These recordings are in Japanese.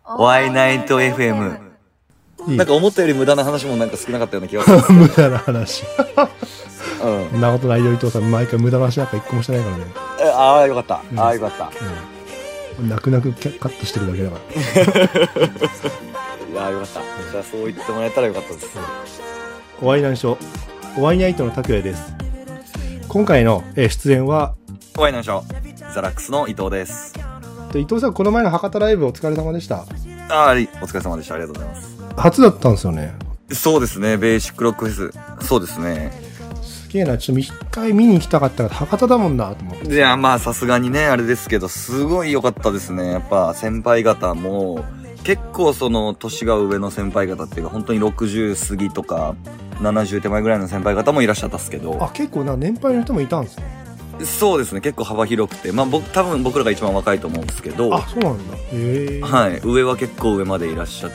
ワイナイト FM。なんか思ったより無駄な話もなんか少なかったような気がする。 無駄な話。 うん。 そんなことないよ、伊藤さん。毎回無駄な話なんか一個もしてないからね。 ああ、よかった。ああ、よかった。 泣く泣くカットしてるだけだから。 いやーよかった。じゃあそう言ってもらえたらよかったです。 おワイナイト、おワイナイトの拓也です。今回の出演は、 ワイナイト、ザラックスの伊藤です。 伊藤さん、この前の博多ライブお疲れ様でした。 ああ、お疲れ様でした。ありがとうございます。 初だったんですよね。 そうですね、ベーシックロックフェス。そうですね。 すげえな、ちょっと一回見に行きたかったから博多だもんなと思って。 いや、まあさすがにね、あれですけど、すごい良かったですね。やっぱ先輩方も、結構その年が上の先輩方っていうか、本当に60過ぎとか、70手前ぐらいの先輩方もいらっしゃったんですけど。 あ、結構な、年配の人もいたんですね。 そうですね、結構幅広くて、まあ多分僕らが一番若いと思うんですけど。 あ、そうなんだ。へえ。 はい、上は結構上までいらっしゃって、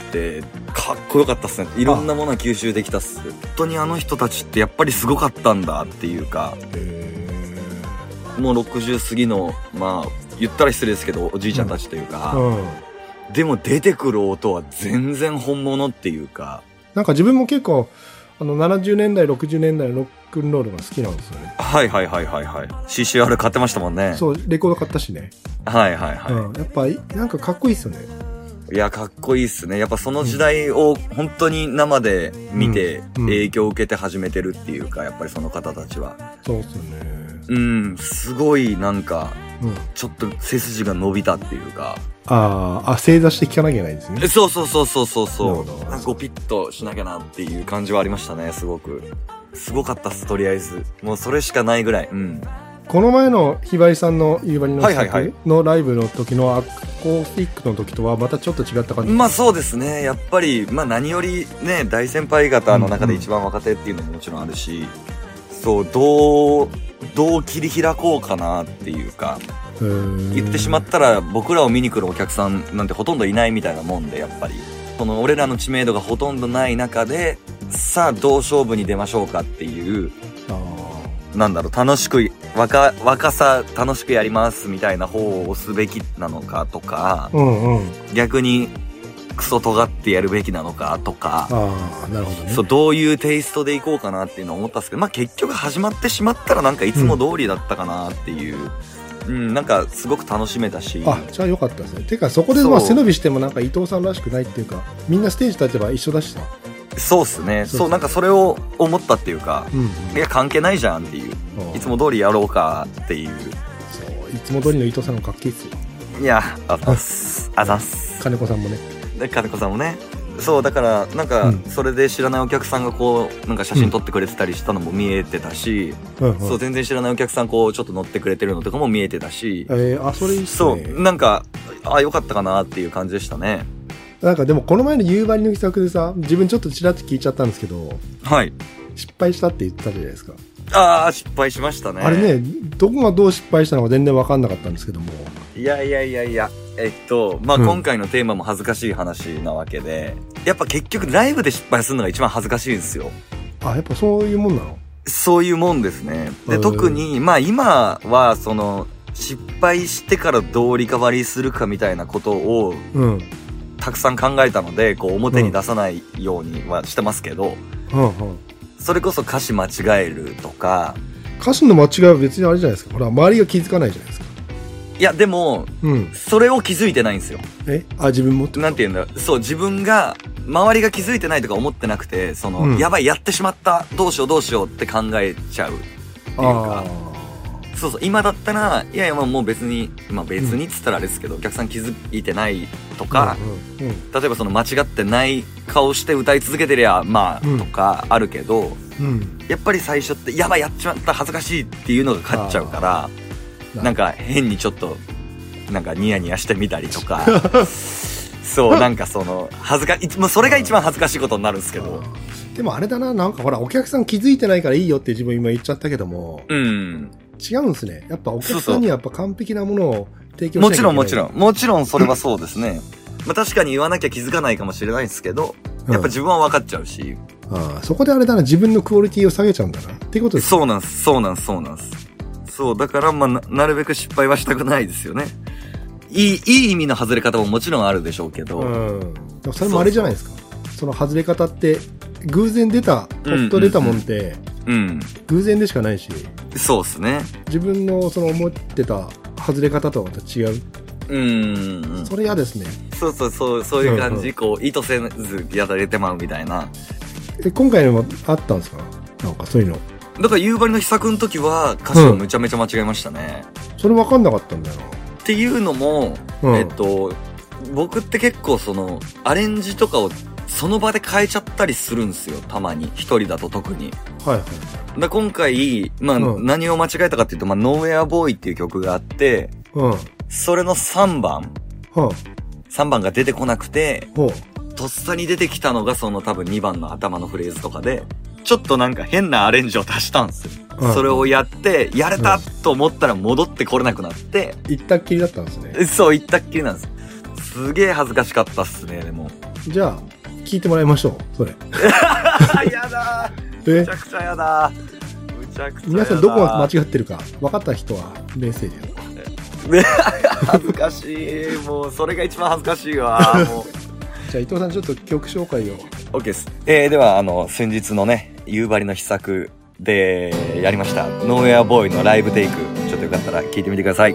かっこよかったっすね。いろんなものが吸収できたっす。本当にあの人たちってやっぱりすごかったんだっていうか、もう60過ぎの、まあ、言ったら失礼ですけど、おじいちゃんたちというか、でも出てくる音は全然本物っていうか。 なんか自分も結構、70年代、60年代のロックンロールが好きなんですよね。 はいはいはいはいはい。CCR 買ってましたもんね。 そう、レコード買ったしね。 はいはいはい。 やっぱ、なんかかっこいいっすよね。 いや、かっこいいっすね。やっぱその時代を本当に生で見て影響を受けて始めてるっていうか、やっぱりその方たちは。 そうっすよね。 すごいなんか、ちょっと背筋が伸びたっていうか。 正座して聞かなきゃいけないんですね。 そうそうそうそうそうそう。なんかゴピッとしなきゃなっていう感じはありましたね、すごく。すごかったっす、とりあえず。もうそれしかないぐらい。 この前のひばりさんの夕張の企画のライブの時のアコースティックの時とはまたちょっと違った感じ。 まあそうですね。やっぱり、まあ何よりね、大先輩方の中で一番若手っていうのももちろんあるし、そう、どう切り開こうかなっていうか、言ってしまったら僕らを見に来るお客さんなんてほとんどいないみたいなもんで、やっぱり。この俺らの知名度がほとんどない中で、さあどう勝負に出ましょうかっていう、なんだろう、楽しく、若さ楽しくやりますみたいな方を押すべきなのかとか、逆にクソ尖ってやるべきなのかとか、 なるほどね。 そう、どういうテイストでいこうかなっていうのを思ったんですけど、まあ結局始まってしまったらなんかいつも通りだったかなっていう、なんかすごく楽しめたし。 じゃあよかったですね。てかそこでまあ背伸びしてもなんか伊藤さんらしくないっていうか、みんなステージ立てば一緒だしさ。 そうっすね。そう、なんかそれを思ったっていうか、いや関係ないじゃんっていう。いつも通りやろうかっていう。 そう、いつも通りの伊藤さんのかっけいっすよ。 いや、あざっす。 金子さんもね。 金子さんもね。そう、だから、なんか、それで知らないお客さんがこう、なんか写真撮ってくれてたりしたのも見えてたし、そう、全然知らないお客さんこう、ちょっと乗ってくれてるのとかも見えてたし、 それいいっすね。 そう、なんか、良かったかなっていう感じでしたね。 なんかでもこの前の夕張の企画でさ、自分ちょっとちらっと聞いちゃったんですけど、 はい。 失敗したって言ってたじゃないですか。 失敗しましたね。 あれね、どこがどう失敗したのか全然わかんなかったんですけども。 いや。まあ、今回のテーマも恥ずかしい話なわけで、やっぱ結局ライブで失敗するのが一番恥ずかしいんですよ。 やっぱそういうもんなの？ そういうもんですね。で、特に、まあ今は、その、失敗してからどうリカバリーするかみたいなことを、たくさん考えたので、こう表に出さないようにはしてますけど、それこそ歌詞間違えるとか。 歌詞の間違いは別にあれじゃないですか。ほら、周りが気づかないじゃないですか。 いや、でも、それを気づいてないんですよ。 自分もってなんて言うんだろう。そう、自分が、周りが気づいてないとか思ってなくて、その、やばい、やってしまった、どうしようって考えちゃうっていうか。そうそう、今だったら、いや、もう別に、別にっつったらあれですけど、お客さん気づいてないとか、例えばその間違ってない顔して歌い続けてりゃ、とかあるけど、やっぱり最初って、やばい、やっちまった、恥ずかしいっていうのが勝っちゃうから、なんか変にちょっと、なんかニヤニヤしてみたりとか、そう、なんかその、もうそれが一番恥ずかしいことになるんですけど。 でもあれだな、なんかほら、お客さん気づいてないからいいよって自分今言っちゃったけども、違うんですね。やっぱお客さんにはやっぱ完璧なものを提供しなきゃいけない。 もちろんそれはそうですね。確かに言わなきゃ気づかないかもしれないですけど、やっぱ自分は分かっちゃうし。 そこであれだな、自分のクオリティを下げちゃうんだな。っていうことですか？ そうなんです。そう、だからなるべく失敗はしたくないですよね。 いい意味の外れ方ももちろんあるでしょうけど。 それもあれじゃないですか。その外れ方って、偶然出た、ポッと出たもんって、偶然でしかないし。 そうですね。 自分のその思ってた外れ方とはまた違う。それ嫌ですね。 そういう感じ、こう、意図せずやられてまうみたいな。 今回のもあったんですか？なんかそういうの。 だから夕張の秘策の時は歌詞をむちゃめちゃ間違えましたね。 それ分かんなかったんだよな。 っていうのも、僕って結構その、アレンジとかをその場で変えちゃったりするんですよ、たまに。一人だと特に。 はいはい。 で今回、何を間違えたかっていうと、ノーウェアボーイっていう曲があって、それの3番。3番が出てこなくて、とっさに出てきたのがその多分2番の頭のフレーズとかで、ちょっとなんか変なアレンジを足したんですよ。それをやって、やれたと思ったら戻ってこれなくなって。 行ったっきりだったんですね。 そう、行ったっきりなんです。すげえ恥ずかしかったっすね、でも。 じゃあ、聞いてもらいましょう、それ。 やだー。むちゃくちゃやだー。 皆さんどこが間違ってるか、分かった人はメッセージを。 恥ずかしい。もう、それが一番恥ずかしいわ。もうじゃあ伊藤さんちょっと曲紹介を。 OK です。では先日のね、夕張の秘策でやりました、ノーウェアボーイのライブテイク、ちょっとよかったら聞いてみてください。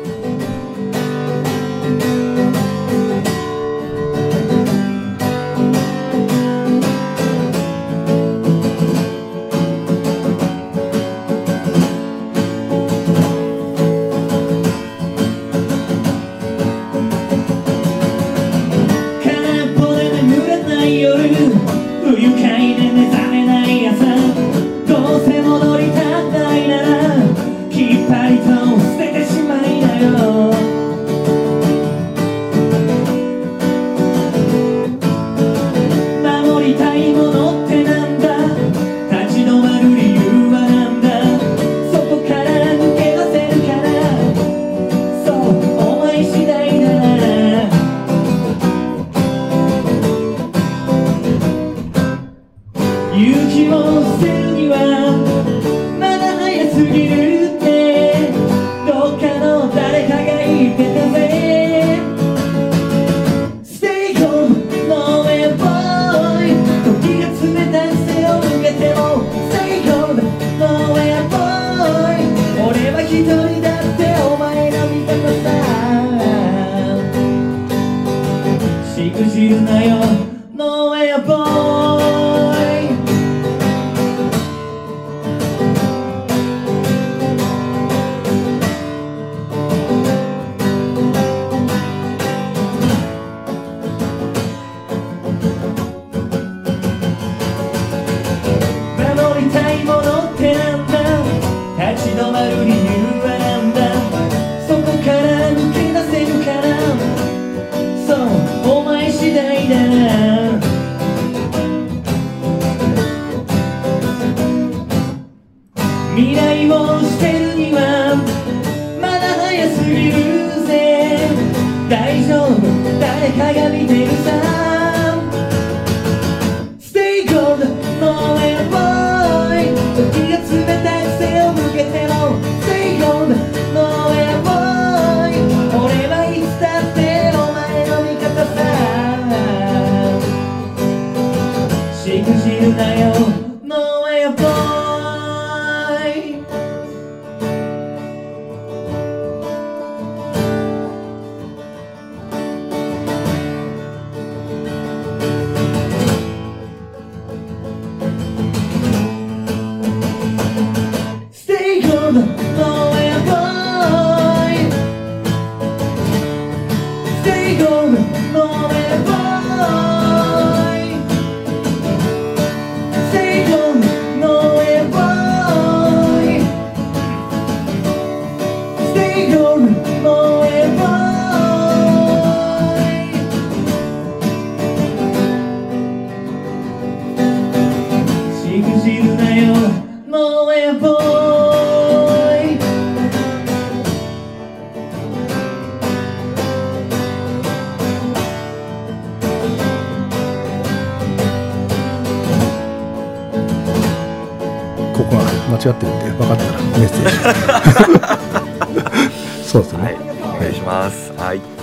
間違ってるんで分かったらメッセージそうですね、 はい、お願いします。はい。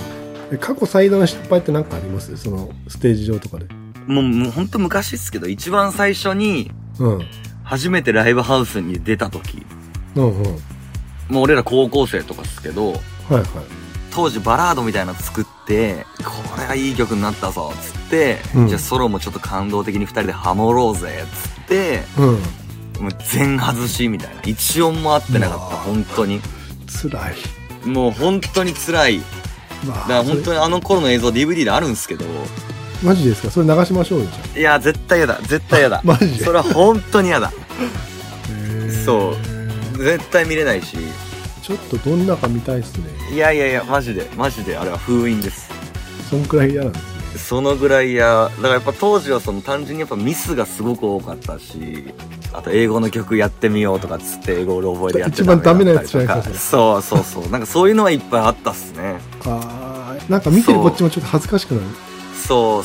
過去最大の失敗って何かあります？そのステージ上とかで。 もうほんと昔っすけど、一番最初に、初めてライブハウスに出た時。もう俺ら高校生とかっすけど、当時バラードみたいなの作って、これはいい曲になったぞ、つって、じゃあソロもちょっと感動的に二人でハモろうぜ、つって、もう全外しみたいな。一音も合ってなかった、本当に。 辛い。 もう本当に辛い。だから本当にあの頃の映像 DVD であるんですけど。 マジですか？それ流しましょうよ、じゃあ。 いや、絶対嫌だ。絶対嫌だ。 マジで？ それは本当に嫌だ。そう。絶対見れないし。 ちょっとどんなか見たいっすね。 いや、マジであれは封印です。 そんくらい嫌なんですね。 そのぐらい嫌。だからやっぱ当時はその単純にやっぱミスがすごく多かったし、あと英語の曲やってみようとかつって英語を覚えてやってた一番ダメなやつじゃないですか。そう。なんかそういうのはいっぱいあったっすね。 なんか見てるこっちもちょっと恥ずかしくなる。 そう。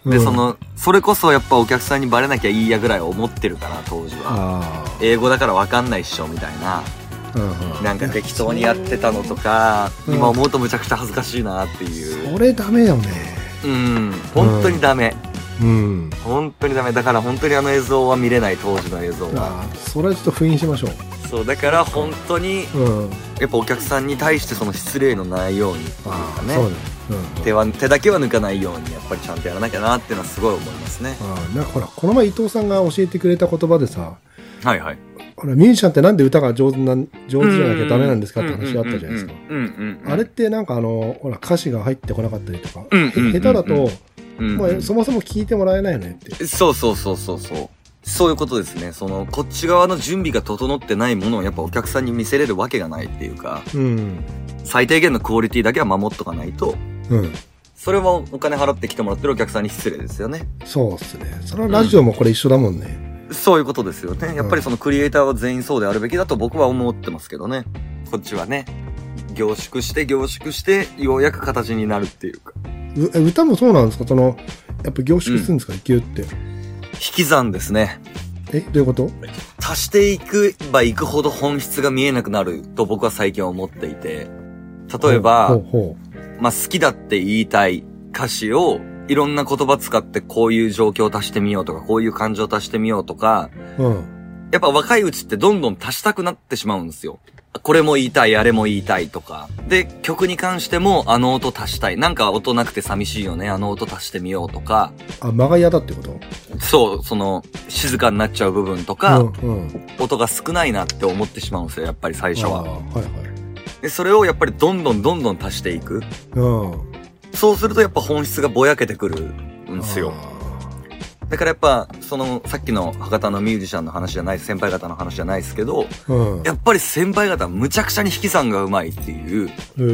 で、それこそやっぱお客さんにバレなきゃいいやぐらい思ってるから、当時は。英語だからわかんないっしょ、みたいな。なんか適当にやってたのとか、今思うとむちゃくちゃ恥ずかしいなっていう。 それダメよね。 本当にダメ。本当にダメ。だから本当にあの映像は見れない、当時の映像は。 それはちょっと封印しましょう。 そう、だから本当に、やっぱお客さんに対してその失礼のないようにっていうかね。手だけは抜かないようにやっぱりちゃんとやらなきゃなっていうのはすごい思いますね。 なんかほら、この前伊藤さんが教えてくれた言葉でさ、ほらミュージシャンってなんで歌が上手じゃなきゃダメなんですかって話あったじゃないですか。あれってなんかほら歌詞が入ってこなかったりとか、下手だと、そもそも聞いてもらえないよねって。 そういうことですね。こっち側の準備が整ってないものをやっぱお客さんに見せれるわけがないっていうか、最低限のクオリティだけは守っとかないと、それもお金払って来てもらってるお客さんに失礼ですよね。 そうっすね。それはラジオもこれ一緒だもんね。 そういうことですよね。やっぱりそのクリエイターは全員そうであるべきだと僕は思ってますけどね。こっちはね、凝縮してようやく形になるっていうか。 歌もそうなんですか？やっぱ凝縮するんですか？ギュって。 引き算ですね。 どういうこと？ 足していけばいくほど本質が見えなくなると僕は最近思っていて、例えば、好きだって言いたい歌詞をいろんな言葉使ってこういう状況を足してみようとか、こういう感情を足してみようとか、やっぱ若いうちってどんどん足したくなってしまうんですよ。これも言いたい、あれも言いたいとか。で、曲に関してもあの音足したい。なんか音なくて寂しいよね。あの音足してみようとか。 間が嫌だってこと？ そう、静かになっちゃう部分とか、音が少ないなって思ってしまうんですよ、やっぱり最初は。で、それをやっぱりどんどん足していく。そうするとやっぱ本質がぼやけてくるんですよ。だからやっぱ、さっきの博多のミュージシャンの話じゃない、先輩方の話じゃないですけど、やっぱり先輩方むちゃくちゃに引き算がうまいっていう、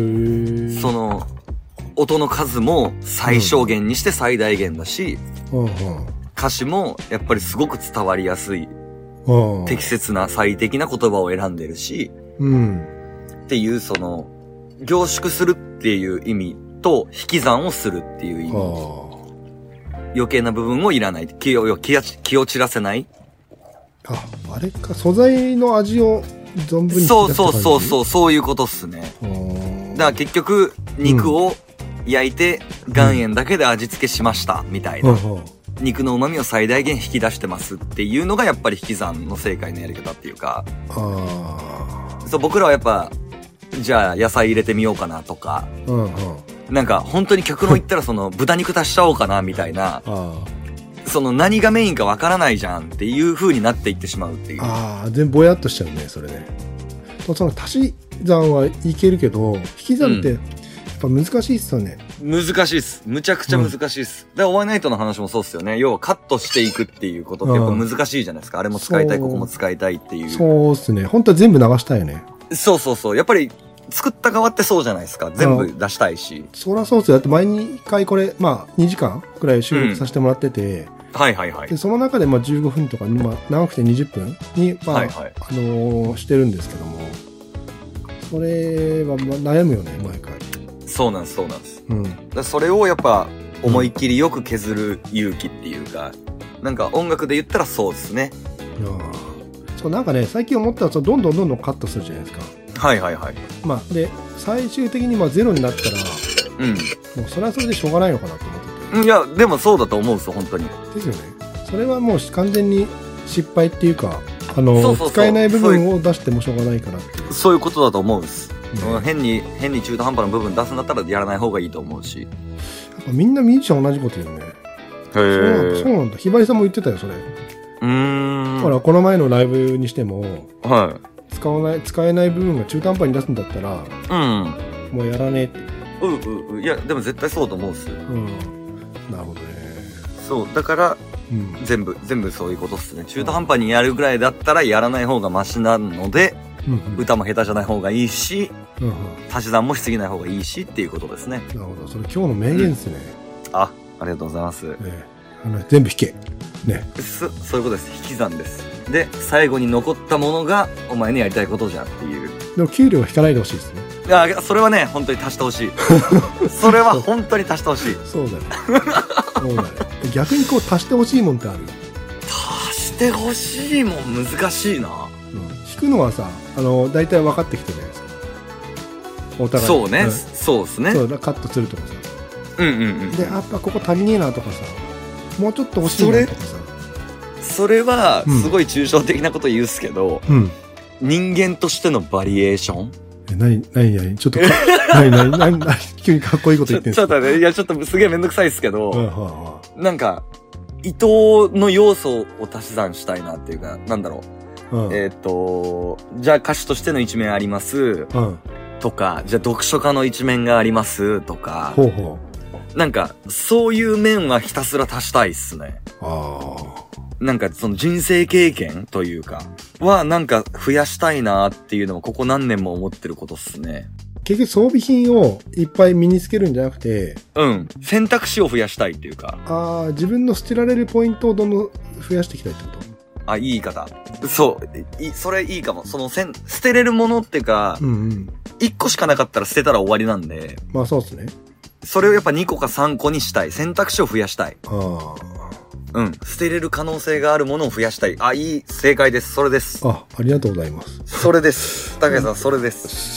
音の数も最小限にして最大限だし、歌詞もやっぱりすごく伝わりやすい、適切な最適な言葉を選んでるし、っていう凝縮するっていう意味と引き算をするっていう意味。余計な部分をいらない。気を散らせない。 あれか、素材の味を存分に引き出す感じ。 そういうことっすね。だから結局、肉を焼いて、岩塩だけで味付けしました、みたいな。肉の旨味を最大限引き出してますっていうのがやっぱり引き算の正解のやり方っていうか。僕らはやっぱ、じゃあ野菜入れてみようかなとか。なんか本当に極論言ったら豚肉足しちゃおうかなみたいな、何がメインかわからないじゃんっていう風になっていってしまうっていう。 全部ぼやっとしちゃうね、それね。足し算はいけるけど、引き算ってやっぱ難しいっすよね。 難しいっす。むちゃくちゃ難しいっす。で、オワイナイトの話もそうっすよね。要はカットしていくっていうことってやっぱ難しいじゃないですか。あれも使いたい、ここも使いたいっていう。 そうっすね。本当は全部流したいよね。 そう。やっぱり、作った側ってそうじゃないですか。全部出したいし。 そりゃそうですよ。だって毎回これ、2時間くらい収録させてもらってて、で、その中で15分とか、長くて20分に、してるんですけども、それは悩むよね、毎回。 そうなんです。だそれをやっぱ、思いっきりよく削る勇気っていうか、なんか音楽で言ったらそうですね。 なんかね、最近思ったら、どんどんカットするじゃないですか。 で、 最終的にゼロになったら、 うん。 もうそれはそれでしょうがないのかなと思ってて。いや、でもそうだと思うんですよ、本当に。 ですよね。それはもう完全に失敗っていうか、使えない部分を出してもしょうがないかなっていう。 そういうことだと思うんです。変に中途半端な部分出すんだったらやらない方がいいと思うし。 みんなミュージシャン同じこと言うね。そうなんだ。ひばりさんも言ってたよ、それ。ほら、この前のライブにしても、 はい。 使えない部分が中途半端に出すんだったら、もうやらねえって。 いや、でも絶対そうと思うんですよ。 なるほどね。 そう、だから、全部そういうことっすね。中途半端にやるぐらいだったらやらない方がマシなので、歌も下手じゃない方がいいし、足し算もしすぎない方がいいしっていうことですね。 なるほど。それ今日の名言ですね。 ありがとうございます。 全部弾け。ね。 そういうことです。引き算です。で、最後に残ったものがお前にやりたいことじゃんっていう。 でも給料は引かないでほしいですね。 いや、それはね、本当に足してほしい。それは本当に足してほしい。 そうだね。そうだね。逆にこう足してほしいもんってある？ 足してほしいもん難しいな。 弾くのはさ、大体分かってきてるじゃないですか。お互い。 そうね。そうですね。 そうだ、カットするとかさ。で、やっぱここ足りねえなとかさ、もうちょっと欲しいなとかさ。 それは、すごい抽象的なこと言うっすけど、人間としてのバリエーション？ 何ちょっと、何急にかっこいいこと言ってんすか？ ちょっとね、いや、ちょっとすげえめんどくさいっすけど、なんか、伊藤の要素を足し算したいなっていうか、なんだろう。じゃあ歌手としての一面あります。とか、じゃあ読書家の一面がありますとか。なんか、そういう面はひたすら足したいっすね。なんかその人生経験というか、はなんか増やしたいなっていうのもここ何年も思ってることっすね。 結局装備品をいっぱい身につけるんじゃなくて、 選択肢を増やしたいっていうか。 自分の捨てられるポイントをどんどん増やしていきたいってこと？ いい言い方。そう。それいいかも。捨てれるものっていうか、1個しかなかったら捨てたら終わりなんで。 まあそうですね。 それをやっぱ2個か3個にしたい。選択肢を増やしたい。捨てれる可能性があるものを増やしたい。いい、正解です。それです。 ありがとうございます。 それです。高橋さん、それです。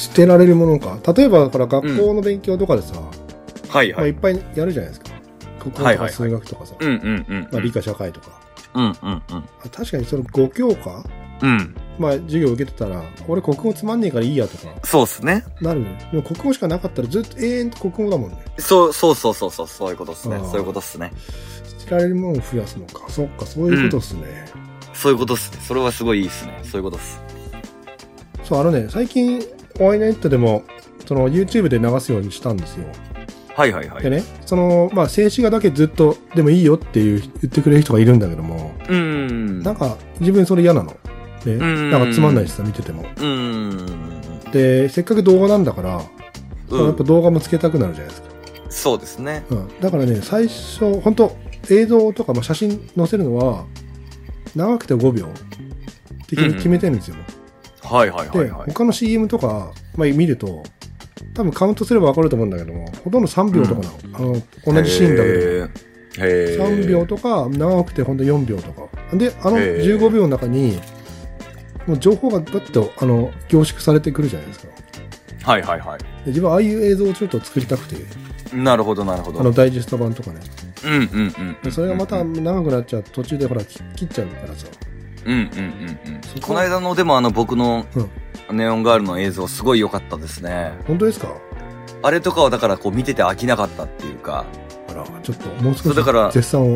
捨てられるものか。例えば、学校の勉強とかでさ、いっぱいやるじゃないですか。国語とか数学とかさ。理科社会とか。確かにその5教科授業受けてたら、俺国語つまんねえからいいやとか。 そうっすね。 なるね。でも国語しかなかったらずっと永遠と国語だもんね。 そういうことっすね。そういうことっすね。 捨てられるものを増やすのか。そっか、そういうことっすね。 そういうことっすね。それはすごいいいっすね。そういうことっす。 そう、最近、お会いナイトでも、YouTube で流すようにしたんですよ。でね、静止画だけずっと、でもいいよって言ってくれる人がいるんだけども、なんか、自分それ嫌なの。ね。なんかつまんないしさ、見てても。で、せっかく動画なんだから、やっぱ動画もつけたくなるじゃないですか。 そうですね。 だからね、最初、本当映像とか、写真載せるのは、長くて5秒的に決めてるんですよ。で、他の CM とか、見ると、多分カウントすれば分かると思うんだけども、ほとんど3秒とかなの。同じシーンだけど。3秒とか、長くてほんと4秒とか。で、15秒の中に、もう情報がバッと、凝縮されてくるじゃないですか。で自分はああいう映像をちょっと作りたくて。 なるほど。 ダイジェスト版とかね。それがまた長くなっちゃう途中でほら、切っちゃうからさ。 この間のでも僕のネオンガールの映像すごい良かったですね。 本当ですか？ あれとかはだからこう見てて飽きなかったっていうか。 ちょっともう少し絶賛を。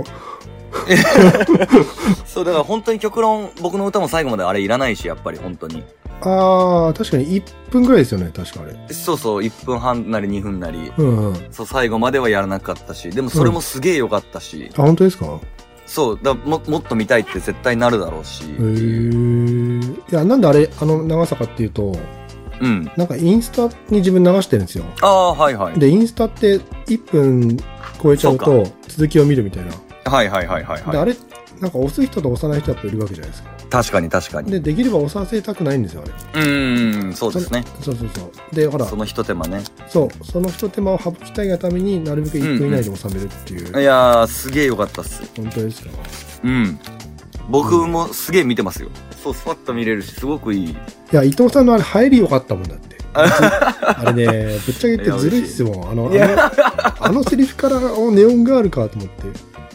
そうだから本当に極論僕の歌も最後まであれいらないしやっぱり本当に。 確かに1分ぐらいですよね、確かあれ。 そう1分半なり2分なり。最後まではやらなかったし、でもそれもすげえ良かったし。 本当ですか？ そうもっと見たいって絶対なるだろうし。 いや、なんであれ長さかっていうと、なんかインスタに自分流してるんですよ。で、インスタって1分超えちゃうと続きを見るみたいな。で、あれ、なんか押す人と押さない人やっぱいるわけじゃないですか。 確かに。 で、できれば押させたくないんですよ、あれ。 そうですね。 そう。で、ほら。 その一手間ね。 その一手間を省きたいがためになるべく1分以内で収めるっていう。 いやー、すげえ良かったっす。 本当ですか？ 僕もすげえ見てますよ。スパッと見れるし、すごくいい。いや、伊藤さんのあれ入り良かったもんだって。 あれね、ぶっちゃけ言ってずるいっすもん。あのセリフからネオンガールかと思って。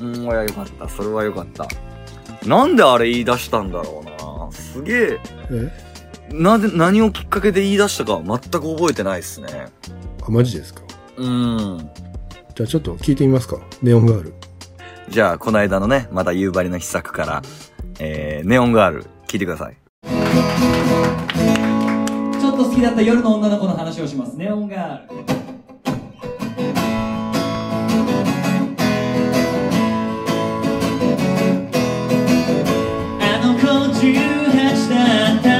いや、よかった。それはよかった。なんであれ言い出したんだろうな。すげえ。何をきっかけで言い出したか全く覚えてないっすね。 あ、マジですか。じゃあちょっと聞いてみますか。ネオンガール。 じゃあ、この間のね、また夕張の秘策から、ネオンガール、聞いてください。 ちょっと好きだった夜の女の子の話をします。ネオンガール。あの子18だった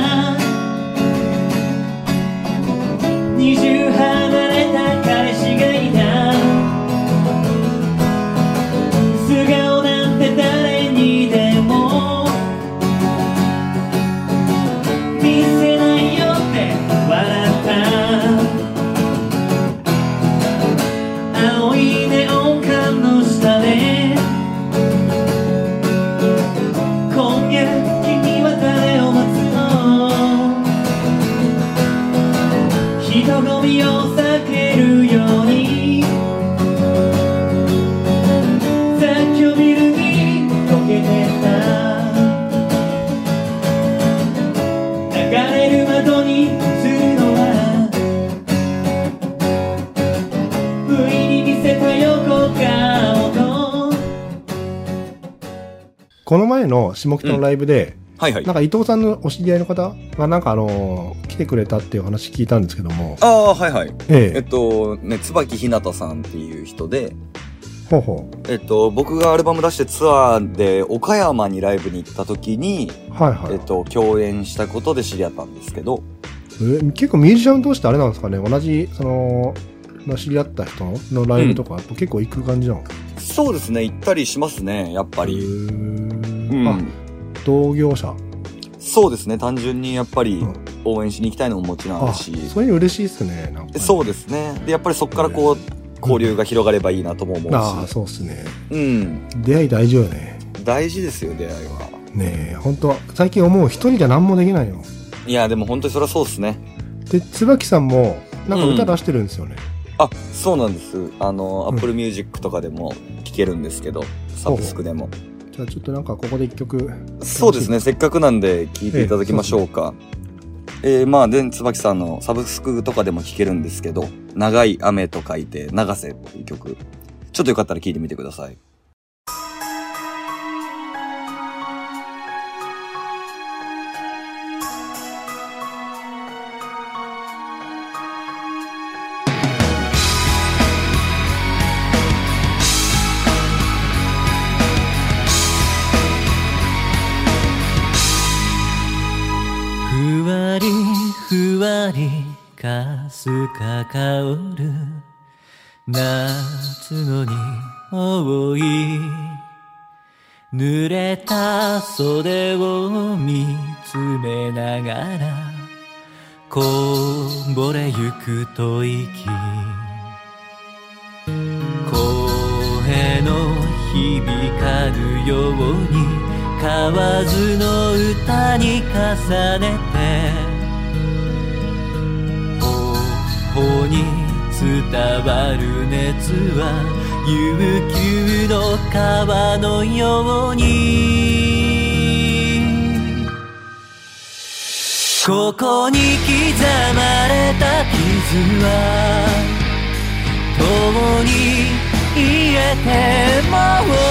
。20離れた彼氏がいた。素顔なんて誰にでも見せないよって笑った。青いネオン管の下で今夜君は誰を待つの。人混みを避けるように雑居ビルに溶けてた。流れる窓に映るのは不意に見せた横顔と。 この前の下北のライブで、 はいはい。 なんか伊藤さんのお知り合いの方がなんか来てくれたっていう話聞いたんですけども。 ああ、はいはい。椿ひなたさんっていう人で、 ほうほう。僕がアルバム出してツアーで岡山にライブに行った時に、 はいはい。 共演したことで知り合ったんですけど。 結構ミュージシャン同士ってあれなんですかね、同じ、知り合った人のライブとか、結構行く感じなの？ そうですね、行ったりしますね、やっぱり。 同業者？ そうですね、単純にやっぱり応援しに行きたいのももちろんあるし。 それに嬉しいっすね、なんかね。 そうですね。で、やっぱりそこからこう、交流が広がればいいなとも思うし。 ああ、そうっすね。出会い大事よね。 大事ですよ、出会いは。 ねえ、本当最近思う、一人じゃ何もできないよ。 いや、でも本当にそれはそうっすね。 で、椿さんも、なんか歌出してるんですよね。 あ、そうなんです。Apple Music とかでも聴けるんですけど、サブスクでも。 じゃあちょっとなんかここで一曲。 そうですね、せっかくなんで聴いていただきましょうか。まあ、で、椿さんのサブスクとかでも聴けるんですけど、長い雨と書いて、長瀬っていう曲。ちょっとよかったら聴いてみてください。 ふわりかすか香る夏の匂い。濡れた袖を見つめながらこぼれゆく吐息。声の響かぬように河津の歌に重ねて頬に伝わる熱は悠久の川のようにここに刻まれた傷は共に癒えても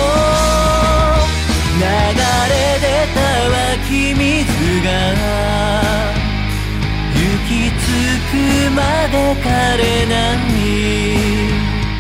流れ出た湧き水が行き着くまで枯れない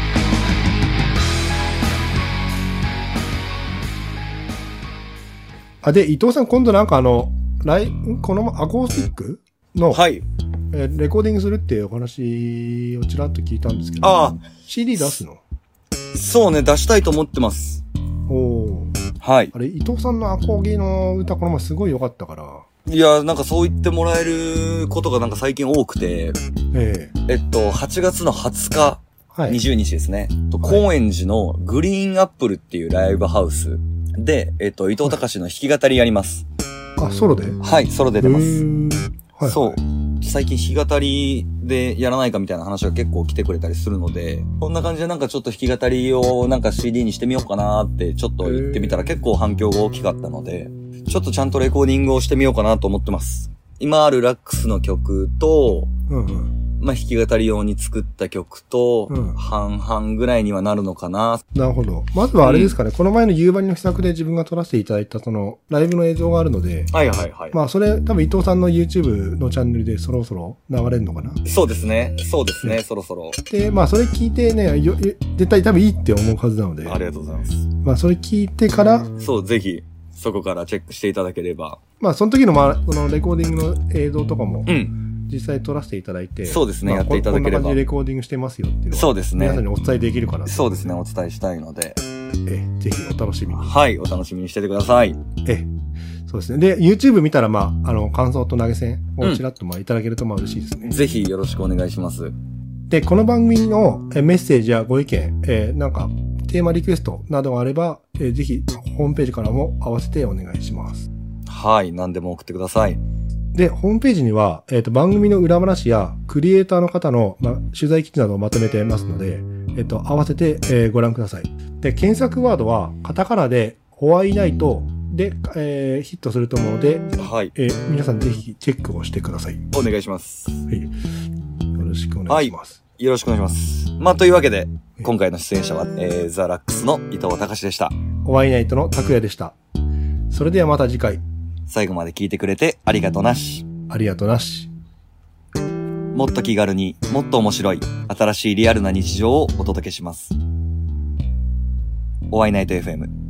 あ、で、伊藤さん今度なんかこのアコースティックの、 はい。 レコーディングするっていうお話をちらっと聞いたんですけど、 ああ。 CD 出すの？ そうね、出したいと思ってます。 おー。はい。あれ、伊藤さんのアコギの歌この前すごい良かったから。 いや、なんかそう言ってもらえることがなんか最近多くて、8月の20日、はい、20日ですね。高円寺のグリーンアップルっていうライブハウスで、伊藤隆の弾き語りやります。 あ、ソロで？ はい、ソロで出ます。 はい、 そう。 最近弾き語りでやらないかみたいな話が結構来てくれたりするので、こんな感じでなんかちょっと弾き語りをなんか CD にしてみようかなってちょっと言ってみたら結構反響が大きかったので、ちょっとちゃんとレコーディングをしてみようかなと思ってます。今あるラックスの曲と、まあ、弾き語り用に作った曲と、半々ぐらいにはなるのかな。 なるほど。まずはあれですかね、この前の夕張の秘策で自分が撮らせていただいたその、ライブの映像があるので、まあ、それ多分伊藤さんの YouTube のチャンネルでそろそろ流れるのかな。 そうですね、そろそろ。 で、まあ、それ聞いてね、絶対多分いいって思うはずなので。 ありがとうございます。 まあ、それ聞いてから、 そう、ぜひ、そこからチェックしていただければ。 まあ、その時のこのレコーディングの映像とかも、実際撮らせていただいて。 そうですね、やっていただければ。 こんな感じでレコーディングしてますよっていうのを。 そうですね。 皆さんにお伝えできるかな。 そうですね、お伝えしたいので。 ぜひお楽しみに。 はい、お楽しみにしててください。 そうですね。で、YouTube 見たら、まあ、感想と投げ銭をちらっといただけると嬉しいですね。 ぜひよろしくお願いします。 で、この番組のメッセージやご意見、なんか、テーマリクエストなどがあれば、ぜひ、ホームページからも合わせてお願いします。 はい、何でも送ってください。 で、ホームページには、番組の裏話やクリエイターの方の、取材記事などをまとめてますので、合わせて、ご覧ください。で、検索ワードは、カタカナで、ホワイナイトで、ヒットすると思うので、 はい。 皆さんぜひチェックをしてください。 お願いします。 はい。よろしくお願いします。 よろしくお願いします。まあ、というわけで、今回の出演者は、ザ・ラックスの伊藤隆でした。 ホワイナイトの拓也でした。それではまた次回。 最後まで聞いてくれてありがとなし。 ありがとなし。 もっと気軽にもっと面白い新しいリアルな日常をお届けします。ホワイナイト FM